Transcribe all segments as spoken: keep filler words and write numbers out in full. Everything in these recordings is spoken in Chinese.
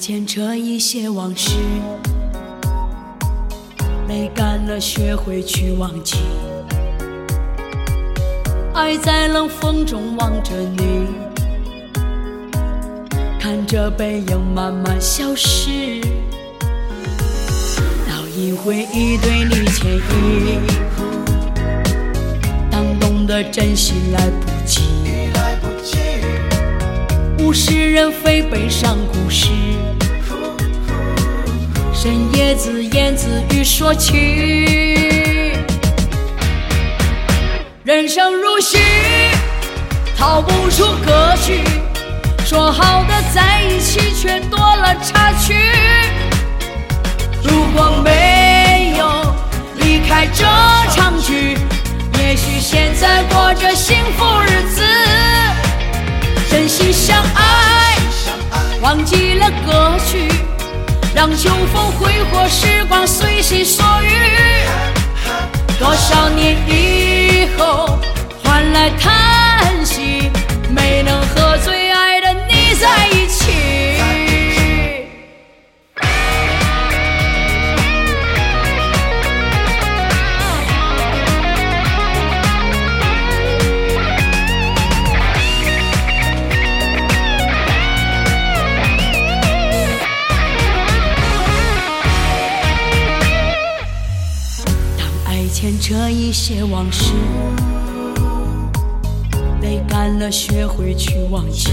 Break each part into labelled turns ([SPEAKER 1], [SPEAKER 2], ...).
[SPEAKER 1] 牵扯一些往事，泪干了，学会去忘记。爱在冷风中望着你，看着背影慢慢消失。早已回忆对你歉意，当懂得珍惜来不及。物是人非，悲伤故事，深夜自言自语说起。人生如戏，逃不出格局，说好的在一起，却多了插曲。如果没有离开这场剧，也许现在过着幸福日子。真心相爱，忘记了格局，让秋风挥霍时光，随心所欲。多少年以后，换来叹息，没能和最爱的你在一起。牵扯一些往事，泪干了，学会去忘记。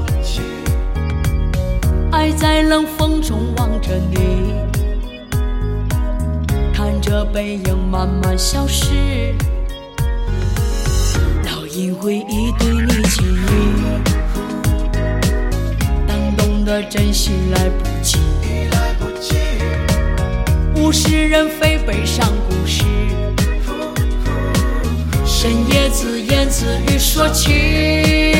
[SPEAKER 1] 爱在冷风中望着你，看着背影慢慢消失。早已回忆对你歉意，当懂得珍惜来不及。物是人非，悲伤故事，深夜自言自语说起。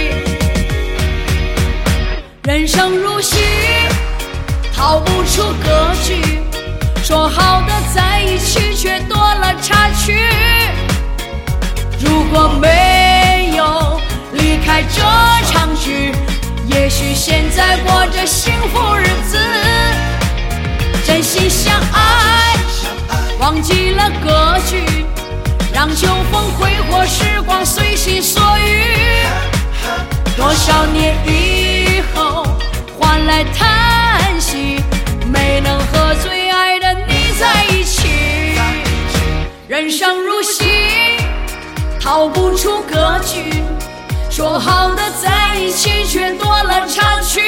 [SPEAKER 1] 人生如戏，逃不出格局，说好的在一起，却多了插曲。如果没有离开这场剧，也许现在过着幸福日子。真心相爱，忘记了格局，让秋风挥霍时光，随心所欲。多少年以后，换来叹息，没能和最爱的你在一起。人生如戏，逃不出格局，说好的在一起，却多了插曲。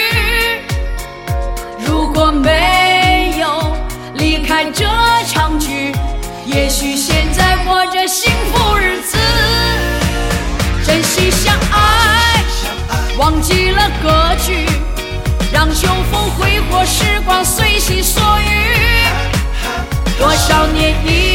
[SPEAKER 1] 如果没有离开这场剧，也许现在过着幸福日子。真心相爱，忘记了格局，让秋风挥霍时光，随心所欲。多少年以